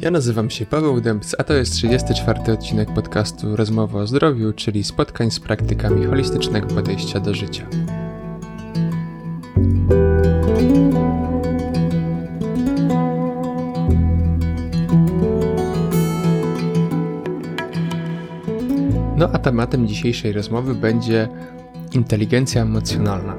Ja nazywam się Paweł Dębc, a to jest 34. odcinek podcastu Rozmowy o zdrowiu, czyli spotkań z praktykami holistycznego podejścia do życia. No a tematem dzisiejszej rozmowy będzie inteligencja emocjonalna.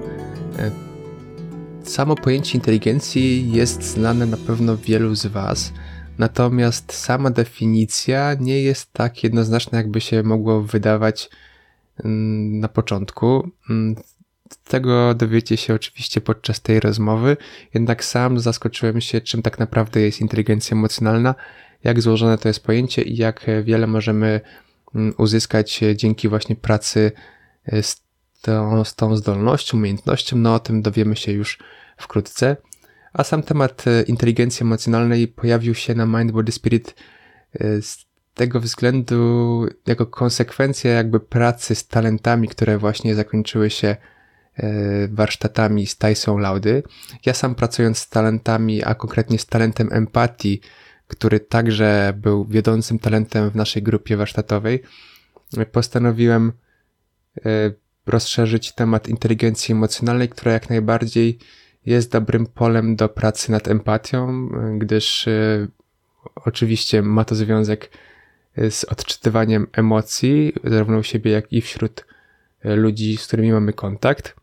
Samo pojęcie inteligencji jest znane na pewno wielu z Was, natomiast sama definicja nie jest tak jednoznaczna, jakby się mogło wydawać na początku. Tego dowiecie się oczywiście podczas tej rozmowy, jednak sam zaskoczyłem się, czym tak naprawdę jest inteligencja emocjonalna, jak złożone to jest pojęcie i jak wiele możemy uzyskać dzięki właśnie pracy z tą zdolnością, umiejętnością. No o tym dowiemy się już wkrótce. A sam temat inteligencji emocjonalnej pojawił się na Mind, Body, Spirit z tego względu jako konsekwencja jakby pracy z talentami, które właśnie zakończyły się warsztatami z Tysą Laudy. Ja sam pracując z talentami, a konkretnie z talentem empatii, który także był wiodącym talentem w naszej grupie warsztatowej, postanowiłem rozszerzyć temat inteligencji emocjonalnej, która jak najbardziej jest dobrym polem do pracy nad empatią, gdyż oczywiście ma to związek z odczytywaniem emocji, zarówno u siebie, jak i wśród ludzi, z którymi mamy kontakt.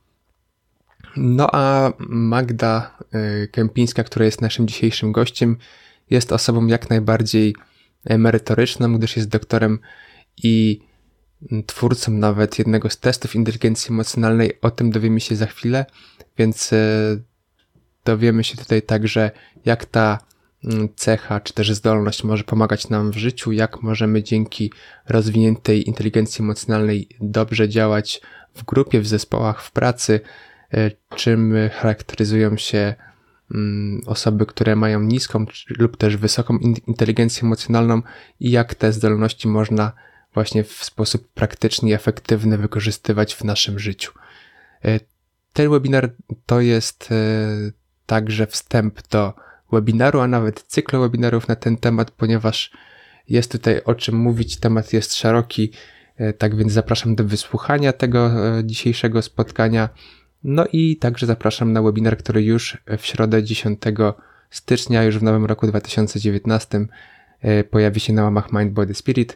No a Magda Kępińska, która jest naszym dzisiejszym gościem, jest osobą jak najbardziej merytoryczną, gdyż jest doktorem i twórcą nawet jednego z testów inteligencji emocjonalnej. O tym dowiemy się za chwilę, więc dowiemy się tutaj także, jak ta cecha czy też zdolność może pomagać nam w życiu, jak możemy dzięki rozwiniętej inteligencji emocjonalnej dobrze działać w grupie, w zespołach, w pracy, czym charakteryzują się osoby, które mają niską lub też wysoką inteligencję emocjonalną i jak te zdolności można właśnie w sposób praktyczny i efektywny wykorzystywać w naszym życiu. Ten webinar to jest także wstęp do webinaru, a nawet cyklu webinarów na ten temat, ponieważ jest tutaj o czym mówić, temat jest szeroki, tak więc zapraszam do wysłuchania tego dzisiejszego spotkania. No i także zapraszam na webinar, który już w środę 10 stycznia, już w nowym roku 2019 pojawi się na łamach Mind, Body, Spirit.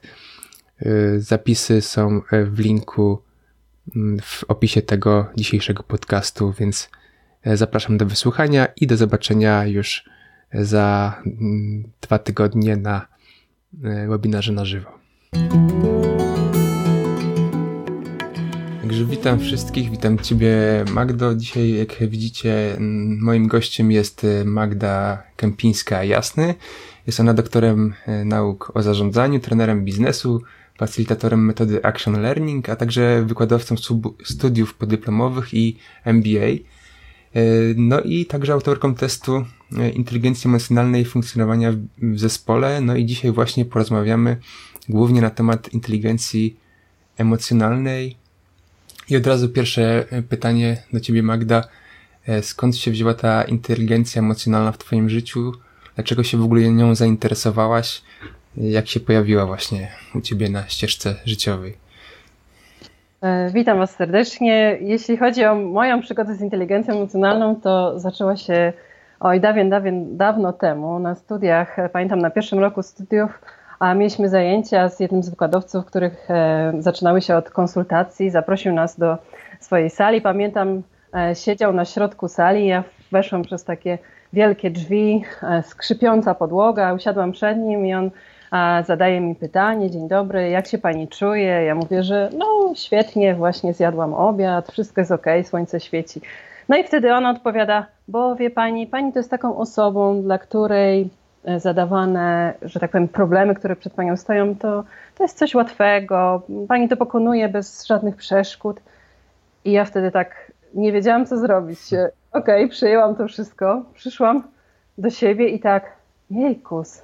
Zapisy są w linku w opisie tego dzisiejszego podcastu, więc zapraszam do wysłuchania i do zobaczenia już za 2 tygodnie na webinarze na żywo. Także witam wszystkich, witam Ciebie, Magdo. Dzisiaj, jak widzicie, moim gościem jest Magda Kępińska-Jasny. Jest ona doktorem nauk o zarządzaniu, trenerem biznesu, facylitatorem metody Action Learning, a także wykładowcą studiów podyplomowych i MBA. No i także autorką testu inteligencji emocjonalnej i funkcjonowania w zespole. No i dzisiaj właśnie porozmawiamy głównie na temat inteligencji emocjonalnej. I od razu pierwsze pytanie do Ciebie, Magda. Skąd się wzięła ta inteligencja emocjonalna w Twoim życiu? Dlaczego się w ogóle nią zainteresowałaś? Jak się pojawiła właśnie u Ciebie na ścieżce życiowej? Witam Was serdecznie. Jeśli chodzi o moją przygodę z inteligencją emocjonalną, to zaczęła się dawno temu na studiach. Pamiętam, na pierwszym roku studiów mieliśmy zajęcia z jednym z wykładowców, których zaczynały się od konsultacji. Zaprosił nas do swojej sali. Pamiętam, siedział na środku sali. Ja weszłam przez takie wielkie drzwi, skrzypiąca podłoga. Usiadłam przed nim i on zadaje mi pytanie: dzień dobry, jak się Pani czuje? Ja mówię, że no świetnie, właśnie zjadłam obiad, wszystko jest okej, słońce świeci. No i wtedy on odpowiada: bo wie Pani to jest taką osobą, dla której zadawane, że tak powiem, problemy, które przed Panią stoją, to jest coś łatwego, Pani to pokonuje bez żadnych przeszkód. I ja wtedy tak nie wiedziałam, co zrobić. Okej, przyjęłam to wszystko, przyszłam do siebie i tak, jejkus,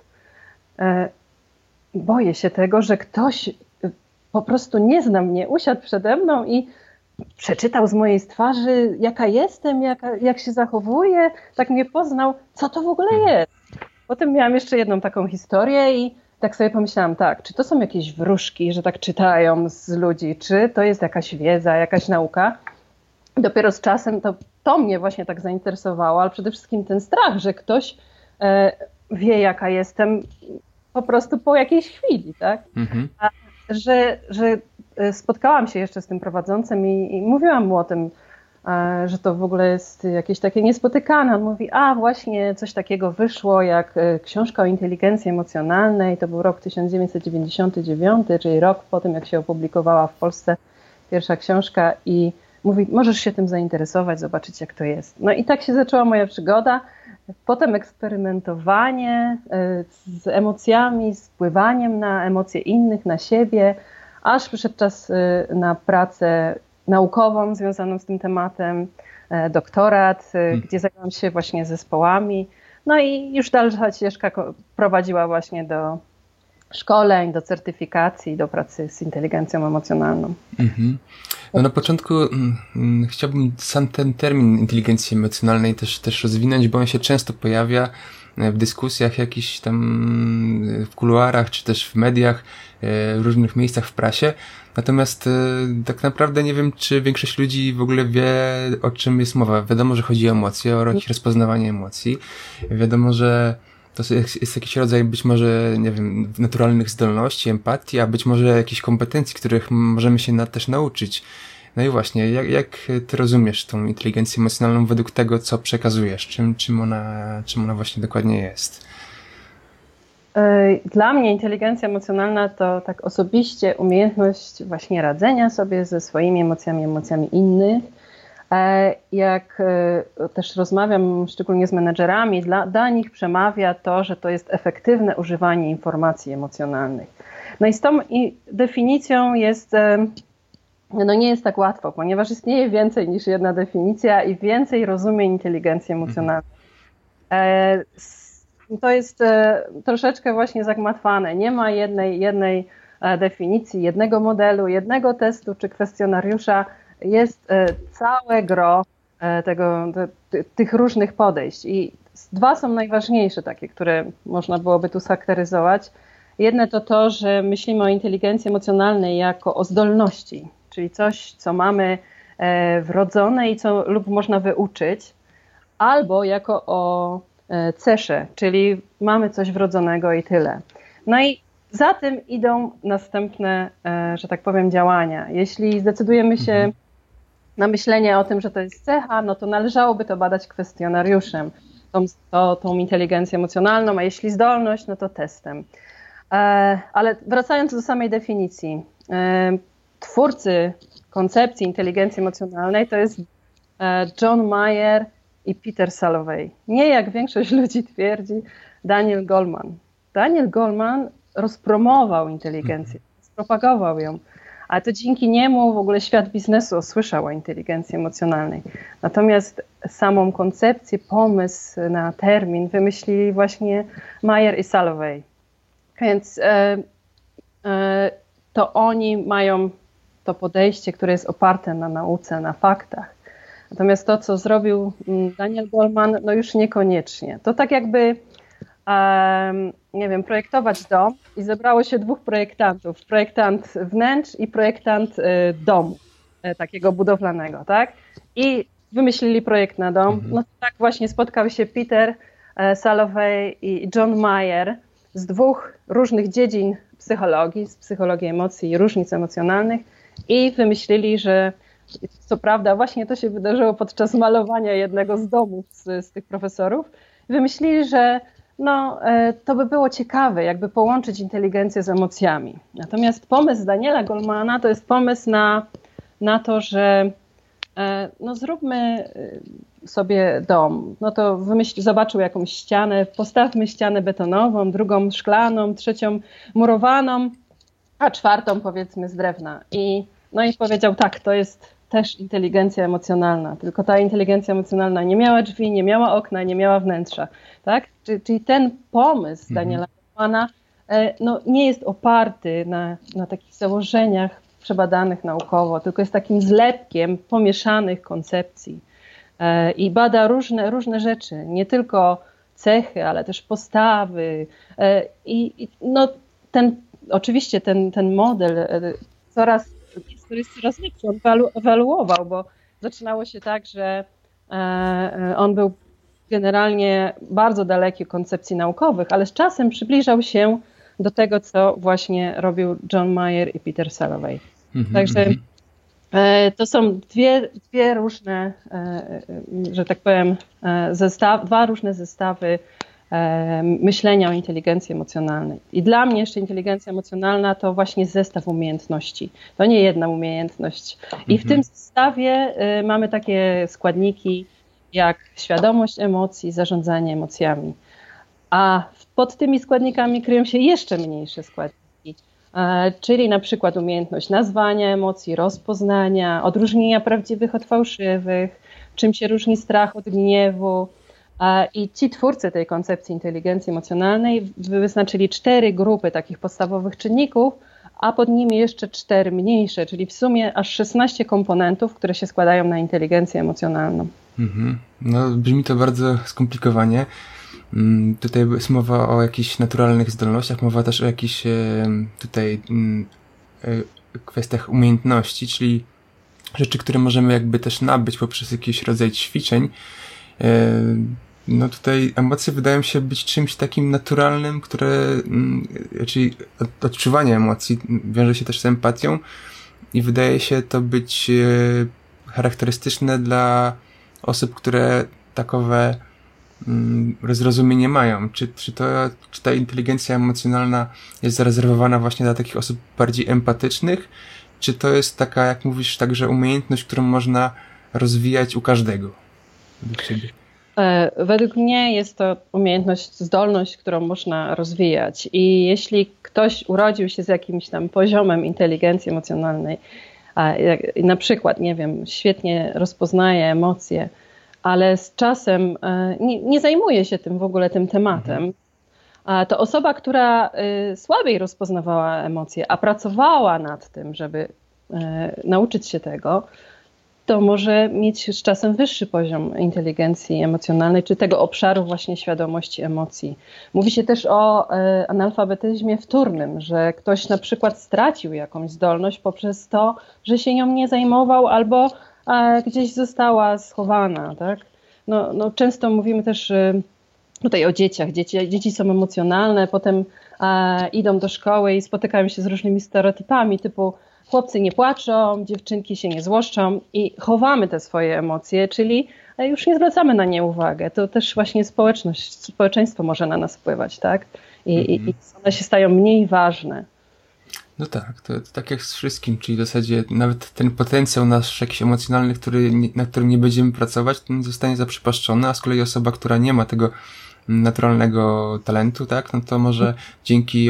boję się tego, że ktoś po prostu nie zna mnie, usiadł przede mną i przeczytał z mojej twarzy, jaka jestem, jak się zachowuję, tak mnie poznał, co to w ogóle jest. Potem miałam jeszcze jedną taką historię i tak sobie pomyślałam, tak, czy to są jakieś wróżki, że tak czytają z ludzi, czy to jest jakaś wiedza, jakaś nauka. Dopiero z czasem to mnie właśnie tak zainteresowało, ale przede wszystkim ten strach, że ktoś wie, jaka jestem po prostu po jakiejś chwili, tak? A że spotkałam się jeszcze z tym prowadzącym i mówiłam mu o tym, że to w ogóle jest jakieś takie niespotykane. On mówi, właśnie coś takiego wyszło jak książka o inteligencji emocjonalnej. To był rok 1999, czyli rok po tym, jak się opublikowała w Polsce pierwsza książka i mówi, możesz się tym zainteresować, zobaczyć jak to jest. No i tak się zaczęła moja przygoda. Potem eksperymentowanie z emocjami, z wpływaniem na emocje innych, na siebie, aż przyszedł czas na pracę naukową związaną z tym tematem, doktorat, gdzie zajęłam się właśnie zespołami. No i już dalsza ścieżka prowadziła właśnie do szkoleń, do certyfikacji, do pracy z inteligencją emocjonalną. No na początku chciałbym sam ten termin inteligencji emocjonalnej też rozwinąć, bo on się często pojawia w dyskusjach jakichś tam w kuluarach, czy też w mediach, w różnych miejscach w prasie. Natomiast tak naprawdę nie wiem, czy większość ludzi w ogóle wie, o czym jest mowa. Wiadomo, że chodzi o emocje, o jakieś rozpoznawanie emocji. Wiadomo, że to jest jakiś rodzaj być może, nie wiem, naturalnych zdolności, empatii, a być może jakichś kompetencji, których możemy się też nauczyć. No i właśnie, jak ty rozumiesz tą inteligencję emocjonalną według tego, co przekazujesz? Czym ona właśnie dokładnie jest? Dla mnie inteligencja emocjonalna to tak osobiście umiejętność właśnie radzenia sobie ze swoimi emocjami, emocjami innych. Jak też rozmawiam szczególnie z menedżerami, dla nich przemawia to, że to jest efektywne używanie informacji emocjonalnych. No i z tą definicją jest, no nie jest tak łatwo, ponieważ istnieje więcej niż jedna definicja i więcej rozumień inteligencji emocjonalnej. To jest troszeczkę właśnie zagmatwane. Nie ma jednej definicji, jednego modelu, jednego testu czy kwestionariusza. Jest całe gro tych różnych podejść i dwa są najważniejsze takie, które można byłoby tu scharakteryzować. Jedne to, że myślimy o inteligencji emocjonalnej jako o zdolności, czyli coś, co mamy wrodzone i co lub można wyuczyć, albo jako o cesze, czyli mamy coś wrodzonego i tyle. No i za tym idą następne, że tak powiem, działania. Jeśli zdecydujemy się na myślenie o tym, że to jest cecha, no to należałoby to badać kwestionariuszem, tą inteligencję emocjonalną, a jeśli zdolność, no to testem. Ale wracając do samej definicji, twórcy koncepcji inteligencji emocjonalnej to jest John Mayer i Peter Salovey. Nie jak większość ludzi twierdzi, Daniel Goleman. Daniel Goleman rozpromował inteligencję, spropagował ją, ale to dzięki niemu w ogóle świat biznesu usłyszał o inteligencji emocjonalnej. Natomiast samą koncepcję, pomysł na termin wymyślili właśnie Mayer i Salovey. Więc to oni mają to podejście, które jest oparte na nauce, na faktach. Natomiast to, co zrobił Daniel Goleman, no już niekoniecznie. To tak jakby, nie wiem, projektować dom i zebrało się dwóch projektantów. Projektant wnętrz i projektant domu, takiego budowlanego, tak? I wymyślili projekt na dom. No tak właśnie spotkał się Peter Salovey i John Mayer z dwóch różnych dziedzin psychologii, z psychologii emocji i różnic emocjonalnych i wymyślili, że co prawda właśnie to się wydarzyło podczas malowania jednego z domów z tych profesorów, wymyślili, że no, to by było ciekawe, jakby połączyć inteligencję z emocjami. Natomiast pomysł Daniela Golemana to jest pomysł na to, że no zróbmy sobie dom. No to zobaczył jakąś ścianę, postawmy ścianę betonową, drugą szklaną, trzecią murowaną, a czwartą powiedzmy z drewna. No i powiedział, tak, to jest też inteligencja emocjonalna, tylko ta inteligencja emocjonalna nie miała drzwi, nie miała okna, nie miała wnętrza. Tak? Czyli ten pomysł Daniela Golemana no, nie jest oparty na takich założeniach przebadanych naukowo, tylko jest takim zlepkiem pomieszanych koncepcji i bada różne rzeczy, nie tylko cechy, ale też postawy. Oczywiście ten model który jest coraz lepszy, on ewoluował, bo zaczynało się tak, że on był generalnie bardzo daleki koncepcji naukowych, ale z czasem przybliżał się do tego, co właśnie robił John Mayer i Peter Salovey. Także to są dwie różne, że tak powiem, dwa różne zestawy myślenia o inteligencji emocjonalnej. I dla mnie jeszcze inteligencja emocjonalna to właśnie zestaw umiejętności. To nie jedna umiejętność. I w tym zestawie mamy takie składniki jak świadomość emocji, zarządzanie emocjami. A pod tymi składnikami kryją się jeszcze mniejsze składniki, czyli na przykład umiejętność nazwania emocji, rozpoznania, odróżnienia prawdziwych od fałszywych, czym się różni strach od gniewu. I ci twórcy tej koncepcji inteligencji emocjonalnej wyznaczyli 4 grupy takich podstawowych czynników, a pod nimi jeszcze 4 mniejsze, czyli w sumie aż 16 komponentów, które się składają na inteligencję emocjonalną. No, brzmi to bardzo skomplikowanie. Tutaj jest mowa o jakichś naturalnych zdolnościach, mowa też o jakichś tutaj kwestiach umiejętności, czyli rzeczy, które możemy jakby też nabyć poprzez jakiś rodzaj ćwiczeń. No tutaj emocje wydają się być czymś takim naturalnym, czyli odczuwanie emocji wiąże się też z empatią i wydaje się to być charakterystyczne dla osób, które takowe zrozumienie mają. Czy ta inteligencja emocjonalna jest zarezerwowana właśnie dla takich osób bardziej empatycznych, czy to jest taka, jak mówisz, także umiejętność, którą można rozwijać u każdego według ciebie? Według mnie jest to umiejętność, zdolność, którą można rozwijać. I jeśli ktoś urodził się z jakimś tam poziomem inteligencji emocjonalnej, na przykład, nie wiem, świetnie rozpoznaje emocje, ale z czasem nie zajmuje się tym w ogóle tym tematem, to osoba, która słabiej rozpoznawała emocje, a pracowała nad tym, żeby nauczyć się tego, to może mieć z czasem wyższy poziom inteligencji emocjonalnej, czy tego obszaru właśnie świadomości emocji. Mówi się też o analfabetyzmie wtórnym, że ktoś na przykład stracił jakąś zdolność poprzez to, że się nią nie zajmował albo gdzieś została schowana, tak? No, często mówimy też tutaj o dzieciach. Dzieci są emocjonalne, potem idą do szkoły i spotykają się z różnymi stereotypami typu chłopcy nie płaczą, dziewczynki się nie złoszczą i chowamy te swoje emocje, czyli już nie zwracamy na nie uwagę. To też właśnie społeczeństwo może na nas wpływać, tak? I one się stają mniej ważne. No tak, to tak jak z wszystkim, czyli w zasadzie nawet ten potencjał nasz jakiś emocjonalny, na którym nie będziemy pracować, ten zostanie zaprzepaszczony, a z kolei osoba, która nie ma tego naturalnego talentu, tak, no to może dzięki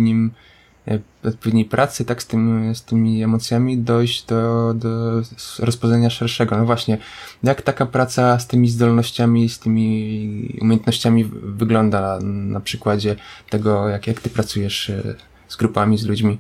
odpowiedniej pracy, tak, z tymi emocjami dojść do rozpoznania szerszego. No właśnie, jak taka praca z tymi zdolnościami, z tymi umiejętnościami wygląda na przykładzie tego, jak ty pracujesz z grupami, z ludźmi?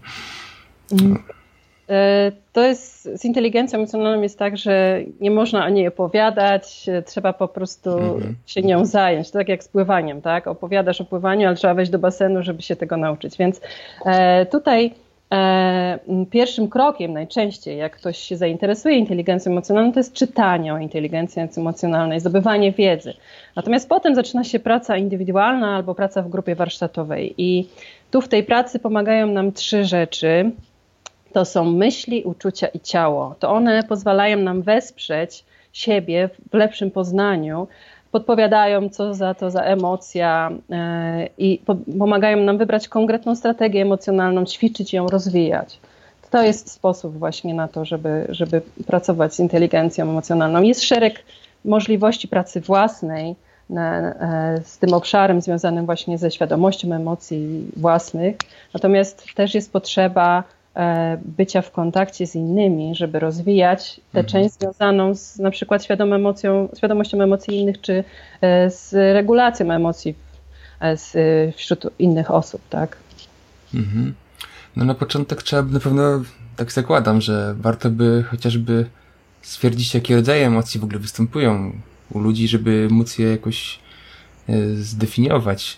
To jest, z inteligencją emocjonalną jest tak, że nie można o niej opowiadać, trzeba po prostu się nią zająć. To tak jak z pływaniem, tak? Opowiadasz o pływaniu, ale trzeba wejść do basenu, żeby się tego nauczyć. Więc tutaj pierwszym krokiem najczęściej, jak ktoś się zainteresuje inteligencją emocjonalną, to jest czytanie o inteligencji emocjonalnej, zdobywanie wiedzy. Natomiast potem zaczyna się praca indywidualna albo praca w grupie warsztatowej. I tu w tej pracy pomagają nam 3 rzeczy. To są myśli, uczucia i ciało. To one pozwalają nam wesprzeć siebie w lepszym poznaniu, podpowiadają, co to za emocja i pomagają nam wybrać konkretną strategię emocjonalną, ćwiczyć ją, rozwijać. To jest sposób właśnie na to, żeby pracować z inteligencją emocjonalną. Jest szereg możliwości pracy własnej z tym obszarem związanym właśnie ze świadomością emocji własnych, natomiast też jest potrzeba bycia w kontakcie z innymi, żeby rozwijać tę część związaną z na przykład świadomością emocji innych, czy z regulacją emocji wśród innych osób, tak? No na początek trzeba by na pewno, tak zakładam, że warto by chociażby stwierdzić, jakie rodzaje emocji w ogóle występują u ludzi, żeby móc je jakoś zdefiniować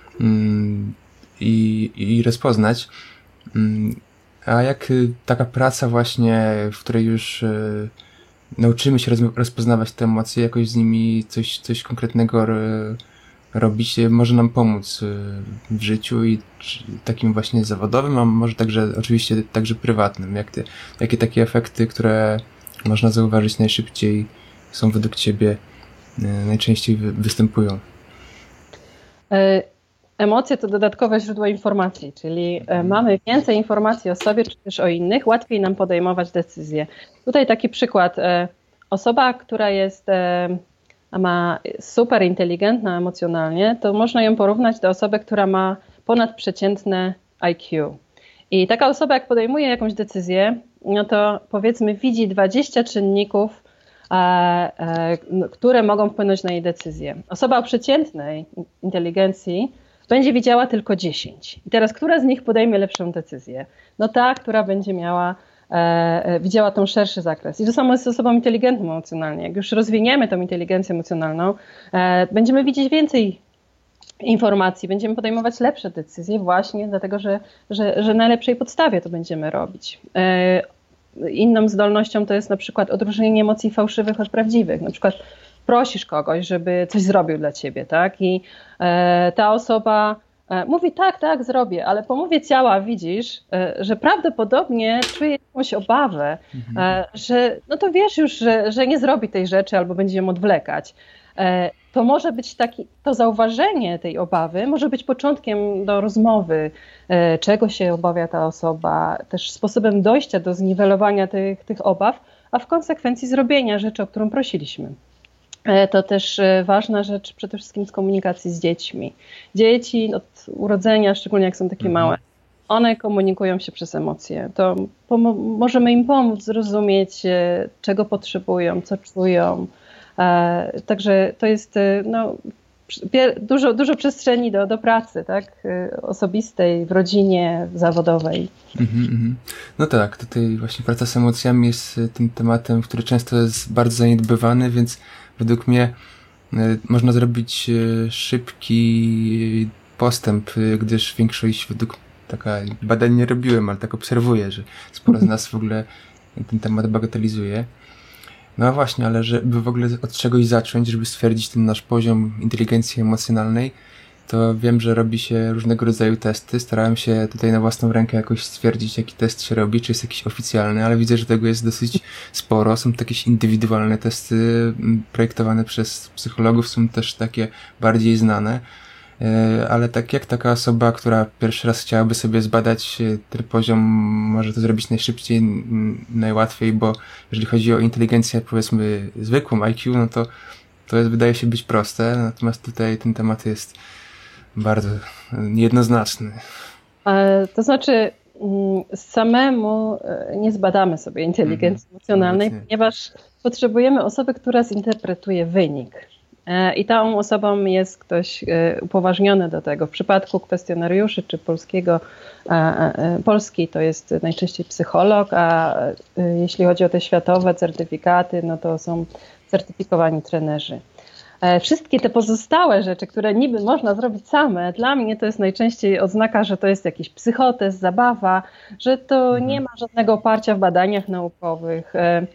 i rozpoznać. A jak taka praca właśnie, w której już nauczymy się rozpoznawać te emocje, jakoś z nimi coś konkretnego robić, może nam pomóc w życiu i takim właśnie zawodowym, a może oczywiście także prywatnym. Jakie takie efekty, które można zauważyć najszybciej, są według Ciebie najczęściej występują? Emocje to dodatkowe źródło informacji, czyli mamy więcej informacji o sobie czy też o innych, łatwiej nam podejmować decyzje. Tutaj taki przykład. Osoba, która ma super inteligentna emocjonalnie, to można ją porównać do osoby, która ma ponadprzeciętne IQ. I taka osoba, jak podejmuje jakąś decyzję, no to powiedzmy widzi 20 czynników, które mogą wpłynąć na jej decyzję. Osoba o przeciętnej inteligencji będzie widziała tylko 10. I teraz, która z nich podejmie lepszą decyzję? No ta, która będzie widziała tą szerszy zakres. I to samo jest z osobą inteligentną emocjonalnie. Jak już rozwiniemy tą inteligencję emocjonalną, będziemy widzieć więcej informacji, będziemy podejmować lepsze decyzje właśnie dlatego, że na lepszej podstawie to będziemy robić. Inną zdolnością to jest na przykład odróżnienie emocji fałszywych od prawdziwych. Na przykład prosisz kogoś, żeby coś zrobił dla ciebie, tak? I ta osoba mówi tak, zrobię, ale po mowie ciała widzisz, że prawdopodobnie czuje jakąś obawę, że no to wiesz już, że nie zrobi tej rzeczy albo będzie ją odwlekać. To może być to zauważenie tej obawy może być początkiem do rozmowy, czego się obawia ta osoba, też sposobem dojścia do zniwelowania tych obaw, a w konsekwencji zrobienia rzeczy, o którą prosiliśmy. To też ważna rzecz przede wszystkim z komunikacji z dziećmi. Dzieci od urodzenia, szczególnie jak są takie małe, one komunikują się przez emocje. To możemy im pomóc zrozumieć, czego potrzebują, co czują. Także to jest dużo przestrzeni do pracy, tak? Osobistej, w rodzinie, zawodowej. No tak, tutaj właśnie praca z emocjami jest tym tematem, który często jest bardzo zaniedbywany, więc według mnie można zrobić szybki postęp, gdyż większość badań nie robiłem, ale tak obserwuję, że sporo z nas w ogóle ten temat bagatelizuje. No a właśnie, ale żeby w ogóle od czegoś zacząć, żeby stwierdzić ten nasz poziom inteligencji emocjonalnej, to wiem, że robi się różnego rodzaju testy. Starałem się tutaj na własną rękę jakoś stwierdzić, jaki test się robi, czy jest jakiś oficjalny, ale widzę, że tego jest dosyć sporo. Są jakieś indywidualne testy projektowane przez psychologów, są też takie bardziej znane. Ale tak jak taka osoba, która pierwszy raz chciałaby sobie zbadać ten poziom, może to zrobić najszybciej, najłatwiej, bo jeżeli chodzi o inteligencję, powiedzmy, zwykłą IQ, no to wydaje się być proste, natomiast tutaj ten temat jest bardzo niejednoznaczny. To znaczy, samemu nie zbadamy sobie inteligencji emocjonalnej, ponieważ potrzebujemy osoby, która zinterpretuje wynik. I tą osobą jest ktoś upoważniony do tego. W przypadku kwestionariuszy czy Polski to jest najczęściej psycholog, a jeśli chodzi o te światowe certyfikaty, no to są certyfikowani trenerzy. Wszystkie te pozostałe rzeczy, które niby można zrobić same, dla mnie to jest najczęściej oznaka, że to jest jakiś psychotest, zabawa, że to nie ma żadnego oparcia w badaniach naukowych,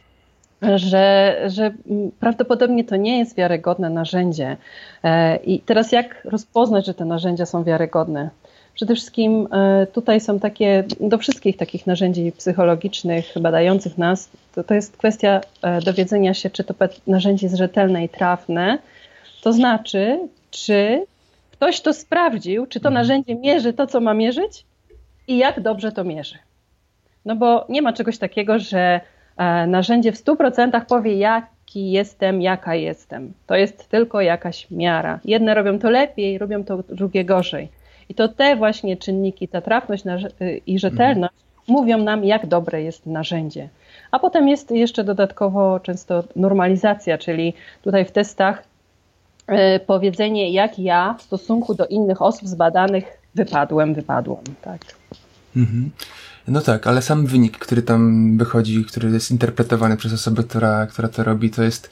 że prawdopodobnie to nie jest wiarygodne narzędzie. I teraz jak rozpoznać, że te narzędzia są wiarygodne? Przede wszystkim tutaj są do wszystkich takich narzędzi psychologicznych badających nas, to jest kwestia dowiedzenia się, czy to narzędzie jest rzetelne i trafne, to znaczy, czy ktoś to sprawdził, czy to narzędzie mierzy to, co ma mierzyć i jak dobrze to mierzy. No bo nie ma czegoś takiego, że narzędzie w 100% powie, jaki jestem, jaka jestem. To jest tylko jakaś miara. Jedne robią to lepiej, robią to drugie gorzej. I to te właśnie czynniki, ta trafność i rzetelność mówią nam, jak dobre jest narzędzie. A potem jest jeszcze dodatkowo często normalizacja, czyli tutaj w testach powiedzenie, jak ja w stosunku do innych osób zbadanych wypadłem. Tak. No tak, ale sam wynik, który tam wychodzi, który jest interpretowany przez osobę, która to robi, to jest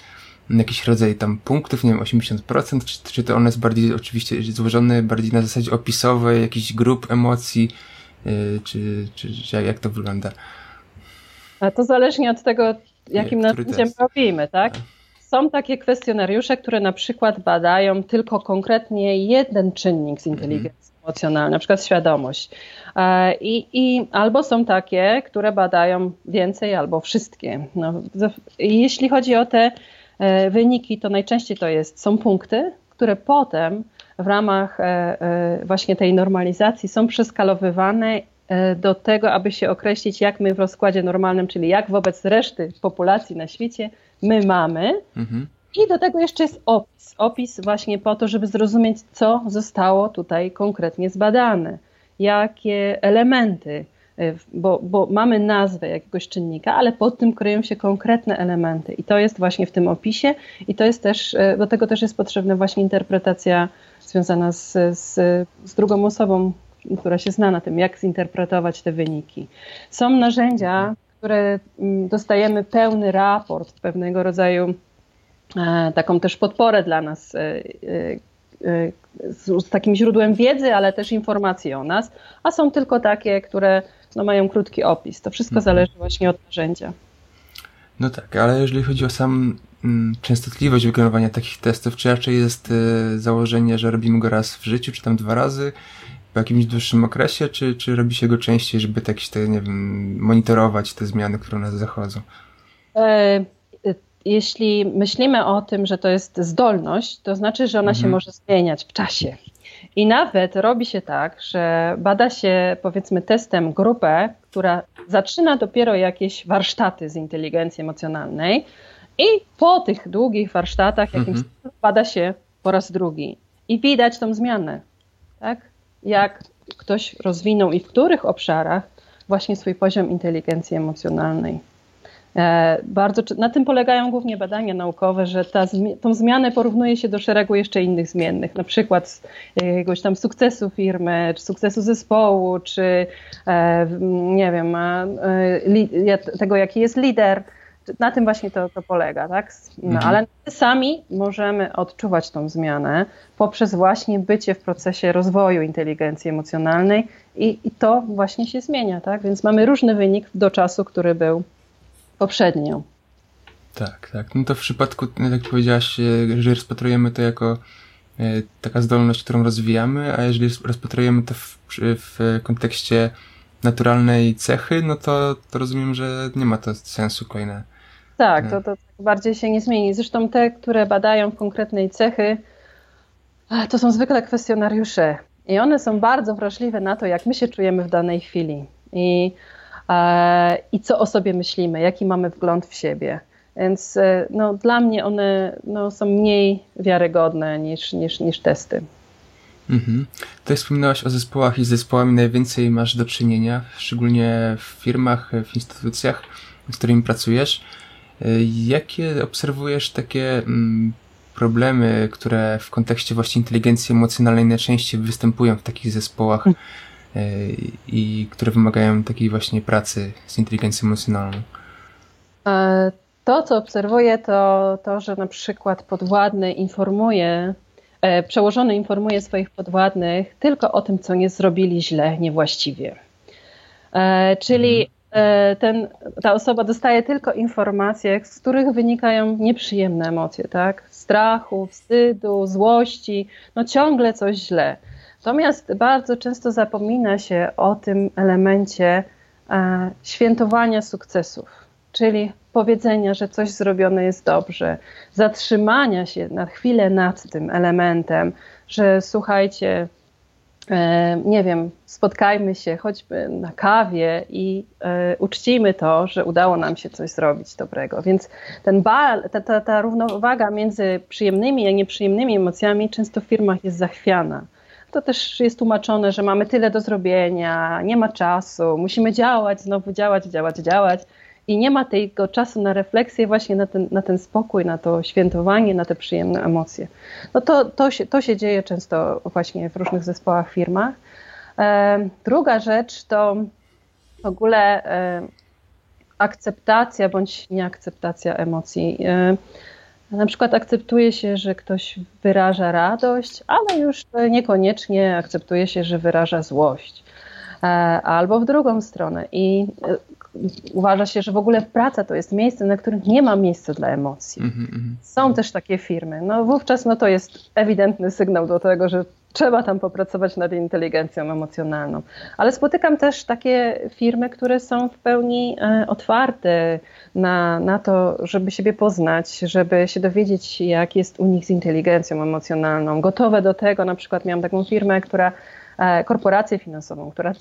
jakiś rodzaj tam punktów, nie wiem, 80%, czy to on jest bardziej oczywiście złożony bardziej na zasadzie opisowej, jakichś grup emocji, czy jak to wygląda? A to zależnie od tego, jakim narzędziem robimy, tak? Są takie kwestionariusze, które na przykład badają tylko konkretnie jeden czynnik z inteligencji emocjonalnej, na przykład świadomość. Albo są takie, które badają więcej albo wszystkie. No, jeśli chodzi o te wyniki, to najczęściej są punkty, które potem w ramach właśnie tej normalizacji są przeskalowywane do tego, aby się określić, jak my w rozkładzie normalnym, czyli jak wobec reszty populacji na świecie my mamy. I do tego jeszcze jest opis. Opis właśnie po to, żeby zrozumieć, co zostało tutaj konkretnie zbadane. Jakie elementy, bo mamy nazwę jakiegoś czynnika, ale pod tym kryją się konkretne elementy. I to jest właśnie w tym opisie i to jest też, do tego też jest potrzebna właśnie interpretacja związana z drugą osobą, która się zna na tym, jak zinterpretować te wyniki. Są narzędzia, które dostajemy pełny raport, pewnego rodzaju taką też podporę dla nas, z takim źródłem wiedzy, ale też informacji o nas, a są tylko takie, które mają krótki opis. To wszystko zależy właśnie od narzędzia. No tak, ale jeżeli chodzi o sam częstotliwość wykonywania takich testów, czy raczej jest założenie, że robimy go raz w życiu, czy tam 2 razy, w jakimś dłuższym okresie, czy robi się go częściej, żeby nie wiem, monitorować te zmiany, które u nas zachodzą? Jeśli myślimy o tym, że to jest zdolność, to znaczy, że ona się może zmieniać w czasie. I nawet robi się tak, że bada się, powiedzmy, testem grupę, która zaczyna dopiero jakieś warsztaty z inteligencji emocjonalnej i po tych długich warsztatach bada się po raz drugi. I widać tą zmianę, tak? Jak ktoś rozwinął i w których obszarach właśnie swój poziom inteligencji emocjonalnej. Na tym polegają głównie badania naukowe, że tą zmianę porównuje się do szeregu jeszcze innych zmiennych, na przykład jakiegoś tam sukcesu firmy, czy sukcesu zespołu, czy nie wiem, tego jaki jest lider. Na tym właśnie to polega, tak? No, ale my sami możemy odczuwać tą zmianę poprzez właśnie bycie w procesie rozwoju inteligencji emocjonalnej i to właśnie się zmienia, tak? Więc mamy różny wynik do czasu, który był poprzednio. Tak. No to w przypadku, jak powiedziałaś, jeżeli rozpatrujemy to jako taka zdolność, którą rozwijamy, a jeżeli rozpatrujemy to w kontekście naturalnej cechy, no to rozumiem, że nie ma to sensu kolejne. Tak, to bardziej się nie zmieni. Zresztą te, które badają konkretnej cechy, to są zwykle kwestionariusze i one są bardzo wrażliwe na to, jak my się czujemy w danej chwili i co o sobie myślimy, jaki mamy wgląd w siebie. Więc dla mnie one są mniej wiarygodne niż testy. Tutaj wspominałaś o zespołach i z zespołami najwięcej masz do czynienia, szczególnie w firmach, w instytucjach, z którymi pracujesz. Jakie obserwujesz takie problemy, które w kontekście właśnie inteligencji emocjonalnej najczęściej występują w takich zespołach i które wymagają takiej właśnie pracy z inteligencją emocjonalną? To, co obserwuję, to, że na przykład przełożony informuje swoich podwładnych tylko o tym, co nie zrobili źle, niewłaściwie. Czyli ta osoba dostaje tylko informacje, z których wynikają nieprzyjemne emocje, tak? Strachu, wstydu, złości, ciągle coś źle. Natomiast bardzo często zapomina się o tym elemencie świętowania sukcesów, czyli powiedzenia, że coś zrobione jest dobrze, zatrzymania się na chwilę nad tym elementem, że słuchajcie, nie wiem, spotkajmy się choćby na kawie i uczcijmy to, że udało nam się coś zrobić dobrego. Więc ta równowaga między przyjemnymi a nieprzyjemnymi emocjami często w firmach jest zachwiana. To też jest tłumaczone, że mamy tyle do zrobienia, nie ma czasu, musimy działać, znowu działać i nie ma tego czasu na refleksję właśnie na ten spokój, na to świętowanie, na te przyjemne emocje. To się dzieje często właśnie w różnych zespołach, firmach. Druga rzecz to w ogóle akceptacja bądź nieakceptacja emocji. Na przykład akceptuje się, że ktoś wyraża radość, ale już niekoniecznie akceptuje się, że wyraża złość. Albo w drugą stronę. I uważa się, że w ogóle praca to jest miejsce, na którym nie ma miejsca dla emocji. Są też takie firmy. No wówczas to jest ewidentny sygnał do tego, że trzeba tam popracować nad inteligencją emocjonalną. Ale spotykam też takie firmy, które są w pełni otwarte na to, żeby siebie poznać, żeby się dowiedzieć, jak jest u nich z inteligencją emocjonalną. Gotowe do tego, na przykład miałam taką firmę, korporację finansową, która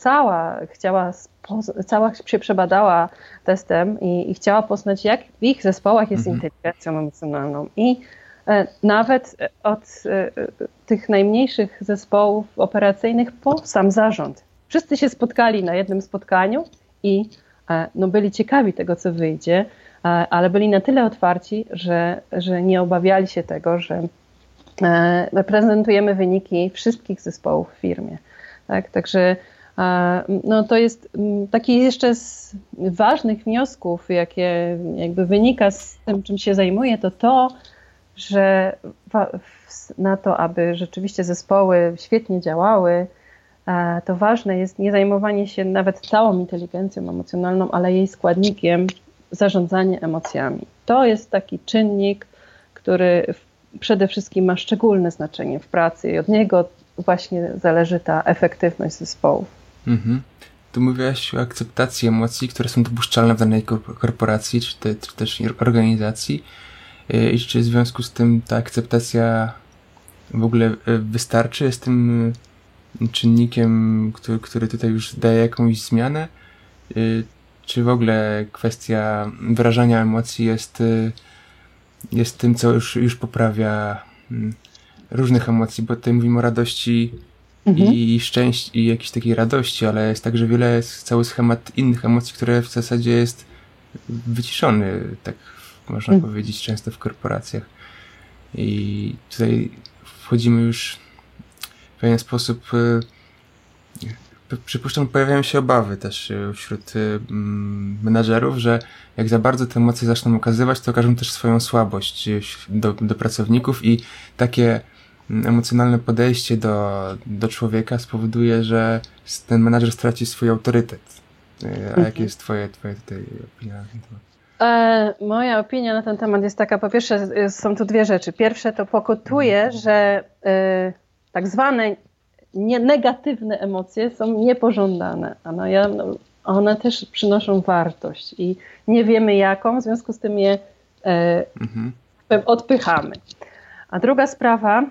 cała się przebadała testem i chciała poznać, jak w ich zespołach jest inteligencją emocjonalną. I nawet od tych najmniejszych zespołów operacyjnych po sam zarząd. Wszyscy się spotkali na jednym spotkaniu i byli ciekawi tego, co wyjdzie, ale byli na tyle otwarci, że nie obawiali się tego, że reprezentujemy wyniki wszystkich zespołów w firmie. Tak? Także to jest taki jeszcze z ważnych wniosków, jakie jakby wynika z tym, czym się zajmuję, to, że na to, aby rzeczywiście zespoły świetnie działały, to ważne jest nie zajmowanie się nawet całą inteligencją emocjonalną, ale jej składnikiem zarządzanie emocjami. To jest taki czynnik, który przede wszystkim ma szczególne znaczenie w pracy i od niego właśnie zależy ta efektywność zespołów. Tu mówiłaś o akceptacji emocji, które są dopuszczalne w danej korporacji, czy też organizacji. I czy w związku z tym ta akceptacja w ogóle wystarczy? Jest tym czynnikiem, który tutaj już daje jakąś zmianę? Czy w ogóle kwestia wyrażania emocji jest tym, co już poprawia różnych emocji, bo tutaj mówimy o radości i szczęściu i jakiejś takiej radości, ale jest także cały schemat innych emocji, które w zasadzie jest wyciszony, tak można powiedzieć, często w korporacjach. I tutaj wchodzimy już w pewien sposób, przypuszczam, pojawiają się obawy też wśród menadżerów, że jak za bardzo te emocje zaczną okazywać, to okażą też swoją słabość do pracowników i takie emocjonalne podejście do człowieka spowoduje, że ten menadżer straci swój autorytet. A jakie jest twoja tutaj opinia na ten temat? Moja opinia na ten temat jest taka, po pierwsze są tu dwie rzeczy. Pierwsze to pokutuje, że tak zwane negatywne emocje są niepożądane. One też przynoszą wartość i nie wiemy jaką, w związku z tym je odpychamy. A druga sprawa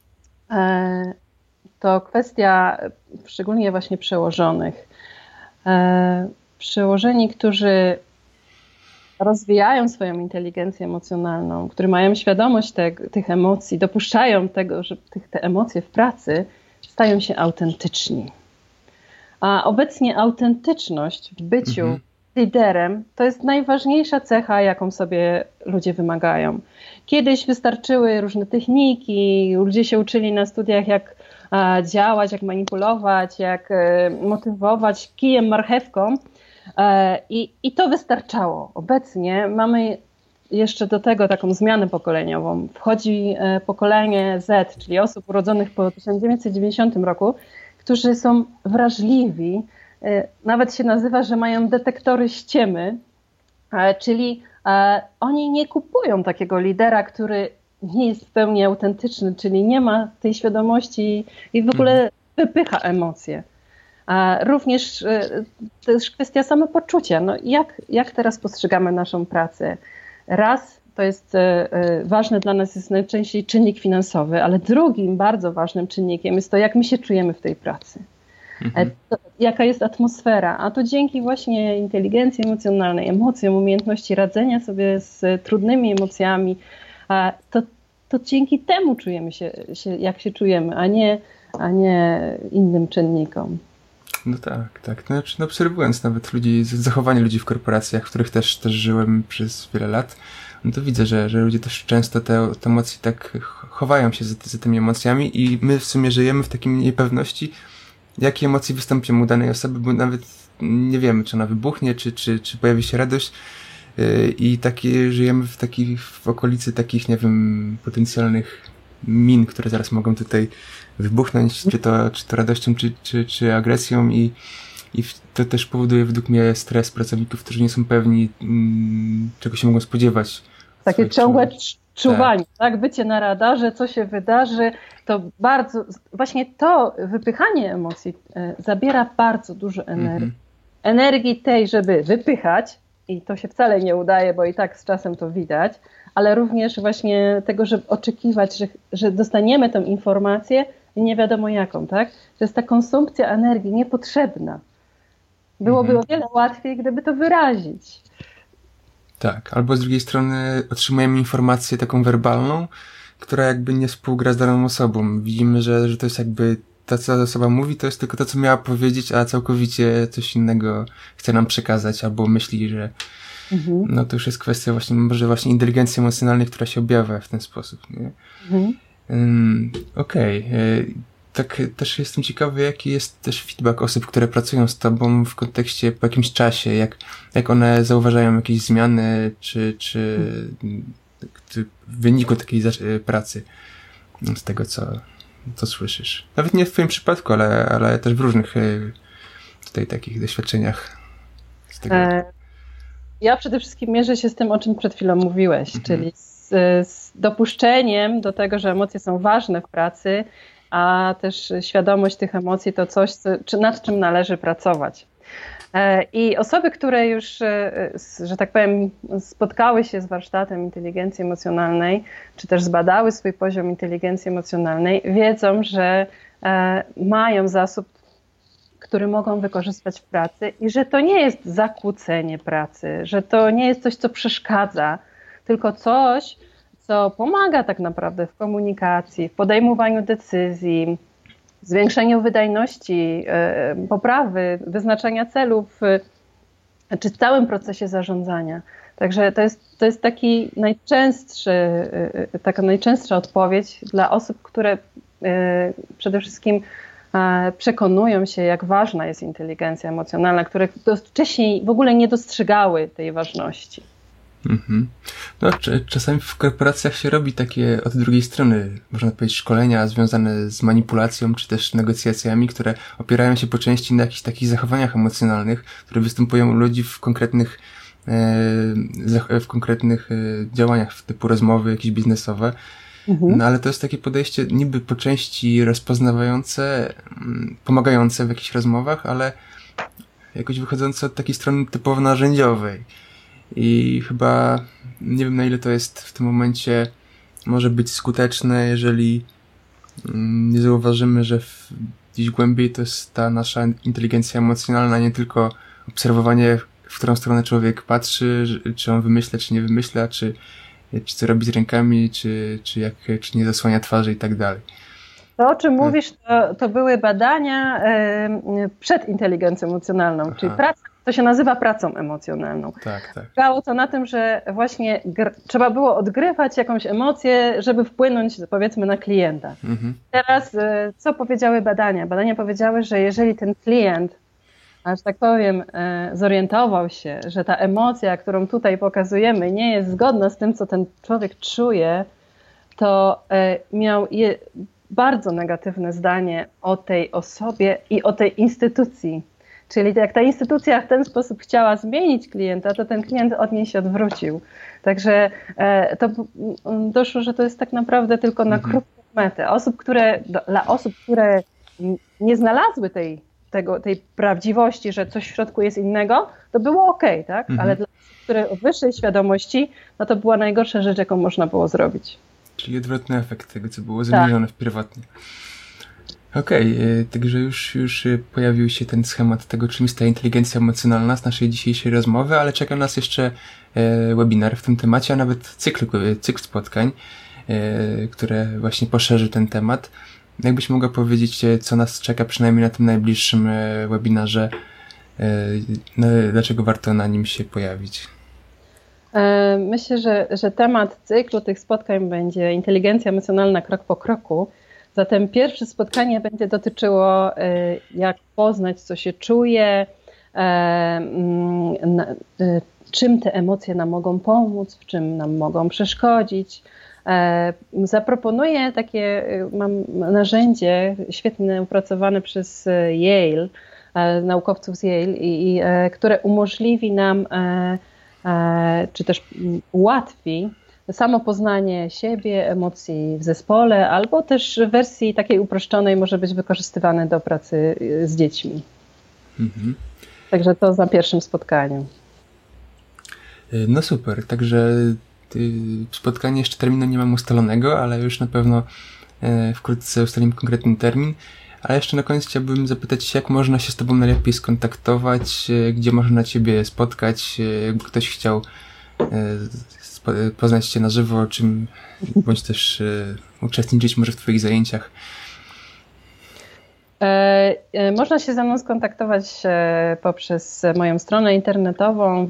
to kwestia szczególnie właśnie przełożonych. Przełożeni, którzy rozwijają swoją inteligencję emocjonalną, którzy mają świadomość tych emocji, dopuszczają tego, że te emocje w pracy stają się autentyczni. A obecnie autentyczność w byciu liderem to jest najważniejsza cecha, jaką sobie ludzie wymagają. Kiedyś wystarczyły różne techniki, ludzie się uczyli na studiach, jak działać, jak manipulować, jak motywować kijem, marchewką i to wystarczało. Obecnie mamy jeszcze do tego taką zmianę pokoleniową. Wchodzi pokolenie Z, czyli osób urodzonych po 1990 roku, którzy są wrażliwi. Nawet się nazywa, że mają detektory ściemy, czyli oni nie kupują takiego lidera, który nie jest w pełni autentyczny, czyli nie ma tej świadomości i w ogóle wypycha emocje. Również też kwestia samopoczucia. Jak teraz postrzegamy naszą pracę? Raz, to jest ważne dla nas, jest najczęściej czynnik finansowy, ale drugim bardzo ważnym czynnikiem jest to, jak my się czujemy w tej pracy. Jaka jest atmosfera, a to dzięki właśnie inteligencji emocjonalnej, emocjom, umiejętności radzenia sobie z trudnymi emocjami, to dzięki temu czujemy się, jak się czujemy, a nie innym czynnikom. No tak. Znaczy, obserwując nawet zachowanie ludzi w korporacjach, w których też żyłem przez wiele lat, no to widzę, że ludzie też często te emocje tak chowają się za tymi emocjami i my w sumie żyjemy w takiej niepewności, jakie emocje wystąpią u danej osoby, bo nawet nie wiemy, czy ona wybuchnie, czy pojawi się radość. i żyjemy w okolicy takich, nie wiem, potencjalnych min, które zaraz mogą tutaj wybuchnąć, czy to radością, czy agresją i to też powoduje według mnie stres pracowników, którzy nie są pewni, czego się mogą spodziewać. Takie ciągłe czuwanie, tak? Bycie na radarze, co się wydarzy, to bardzo, właśnie to wypychanie emocji zabiera bardzo dużo energii. Energii tej, żeby wypychać, i to się wcale nie udaje, bo i tak z czasem to widać, ale również właśnie tego, żeby oczekiwać, że dostaniemy tę informację i nie wiadomo jaką, tak? To jest ta konsumpcja energii niepotrzebna. Byłoby o wiele łatwiej, gdyby to wyrazić. Tak, albo z drugiej strony otrzymujemy informację taką werbalną, która jakby nie współgra z daną osobą. Widzimy, że to jest jakby to, co osoba mówi, to jest tylko to, co miała powiedzieć, a całkowicie coś innego chce nam przekazać, albo myśli, że no to już jest kwestia właśnie, może właśnie inteligencji emocjonalnej, która się objawia w ten sposób, nie? Okej. Tak też jestem ciekawy, jaki jest też feedback osób, które pracują z tobą w kontekście po jakimś czasie, jak one zauważają jakieś zmiany, czy w wyniku takiej pracy, z tego co słyszysz. Nawet nie w twoim przypadku, ale też w różnych tutaj takich doświadczeniach. Z tego. Ja przede wszystkim mierzę się z tym, o czym przed chwilą mówiłeś, czyli z dopuszczeniem do tego, że emocje są ważne w pracy, a też świadomość tych emocji to coś, nad czym należy pracować. I osoby, które już, że tak powiem, spotkały się z warsztatem inteligencji emocjonalnej, czy też zbadały swój poziom inteligencji emocjonalnej, wiedzą, że mają zasób, który mogą wykorzystać w pracy i że to nie jest zakłócenie pracy, że to nie jest coś, co przeszkadza, tylko coś, co pomaga tak naprawdę w komunikacji, w podejmowaniu decyzji, zwiększeniu wydajności, poprawy, wyznaczania celów, czy w całym procesie zarządzania. Także to jest taka najczęstsza odpowiedź dla osób, które przede wszystkim przekonują się, jak ważna jest inteligencja emocjonalna, które wcześniej w ogóle nie dostrzegały tej ważności. No, czasami w korporacjach się robi takie od drugiej strony, można powiedzieć, szkolenia związane z manipulacją, czy też negocjacjami, które opierają się po części na jakichś takich zachowaniach emocjonalnych, które występują u ludzi w konkretnych działaniach, typu rozmowy jakieś biznesowe. No ale to jest takie podejście niby po części rozpoznawające, pomagające w jakichś rozmowach, ale jakoś wychodzące od takiej strony typowo narzędziowej. I chyba nie wiem, na ile to jest w tym momencie może być skuteczne, jeżeli nie zauważymy, że gdzieś głębiej to jest ta nasza inteligencja emocjonalna, nie tylko obserwowanie, w którą stronę człowiek patrzy, czy on wymyśla, czy nie wymyśla, czy co robi z rękami, czy nie zasłania twarzy i tak dalej. To, o czym mówisz, to były badania przed inteligencją emocjonalną, czyli praca, to się nazywa pracą emocjonalną. Tak. Polegało to na tym, że właśnie trzeba było odgrywać jakąś emocję, żeby wpłynąć, powiedzmy, na klienta. Teraz, co powiedziały badania? Badania powiedziały, że jeżeli ten klient, że tak powiem, zorientował się, że ta emocja, którą tutaj pokazujemy, nie jest zgodna z tym, co ten człowiek czuje, to miał bardzo negatywne zdanie o tej osobie i o tej instytucji. Czyli jak ta instytucja w ten sposób chciała zmienić klienta, to ten klient od niej się odwrócił. Także to doszło, że to jest tak naprawdę tylko na krótką metę. Dla osób, które nie znalazły tej prawdziwości, że coś w środku jest innego, to było okej, tak? Ale dla osób, które o wyższej świadomości, no to była najgorsza rzecz, jaką można było zrobić. Czyli odwrotny efekt tego, co było zamienione w pierwotnie. Okej, także już pojawił się ten schemat tego, czym jest ta inteligencja emocjonalna z naszej dzisiejszej rozmowy, ale czeka nas jeszcze webinar w tym temacie, a nawet cykl spotkań, które właśnie poszerzy ten temat. Jakbyś mogła powiedzieć, co nas czeka przynajmniej na tym najbliższym webinarze, dlaczego warto na nim się pojawić? Myślę, że temat cyklu tych spotkań będzie inteligencja emocjonalna krok po kroku. Zatem pierwsze spotkanie będzie dotyczyło, jak poznać, co się czuje, czym te emocje nam mogą pomóc, w czym nam mogą przeszkodzić. Zaproponuję mam narzędzie świetnie opracowane przez Yale, naukowców z Yale, które umożliwi nam, czy też ułatwi samo poznanie siebie, emocji w zespole, albo też w wersji takiej uproszczonej może być wykorzystywane do pracy z dziećmi. Mhm. Także to za pierwszym spotkaniu. No super, także spotkanie jeszcze terminu nie mam ustalonego, ale już na pewno wkrótce ustalimy konkretny termin. A jeszcze na koniec chciałbym zapytać się, jak można się z Tobą najlepiej skontaktować, gdzie można Ciebie spotkać, jakby ktoś chciał poznać Cię na żywo, bądź też uczestniczyć może w Twoich zajęciach. Można się ze mną skontaktować poprzez moją stronę internetową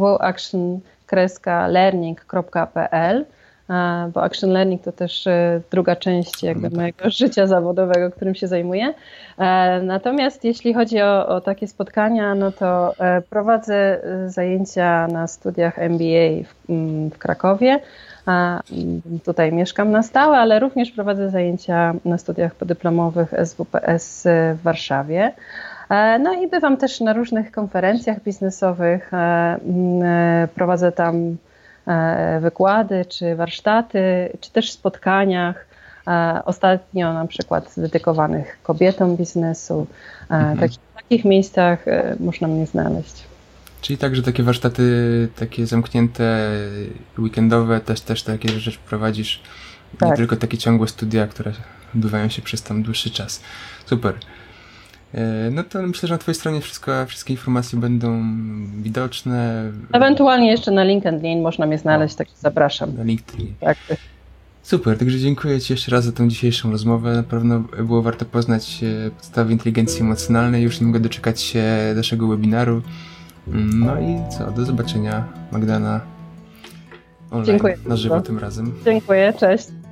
www.action-learning.pl, bo Action Learning to też druga część mojego życia zawodowego, którym się zajmuję. Natomiast jeśli chodzi o takie spotkania, no to prowadzę zajęcia na studiach MBA w Krakowie. Tutaj mieszkam na stałe, ale również prowadzę zajęcia na studiach podyplomowych SWPS w Warszawie. No i bywam też na różnych konferencjach biznesowych, prowadzę tam wykłady, czy warsztaty, czy też spotkaniach, ostatnio na przykład dedykowanych kobietom biznesu. W takich miejscach można mnie znaleźć. Czyli także takie warsztaty, takie zamknięte, weekendowe, też takie rzeczy prowadzisz, tak. Nie tylko takie ciągłe studia, które odbywają się przez tam dłuższy czas. Super. No to myślę, że na Twojej stronie wszystkie informacje będą widoczne. Ewentualnie jeszcze na LinkedIn można mnie znaleźć, tak zapraszam. Na LinkedIn. Tak. Super, także dziękuję Ci jeszcze raz za tę dzisiejszą rozmowę. Na pewno było warto poznać podstawy inteligencji emocjonalnej. Już nie mogę doczekać się naszego webinaru. No i co, do zobaczenia, Magdalena, online. Dziękuję na żywo tym razem. Dziękuję, cześć.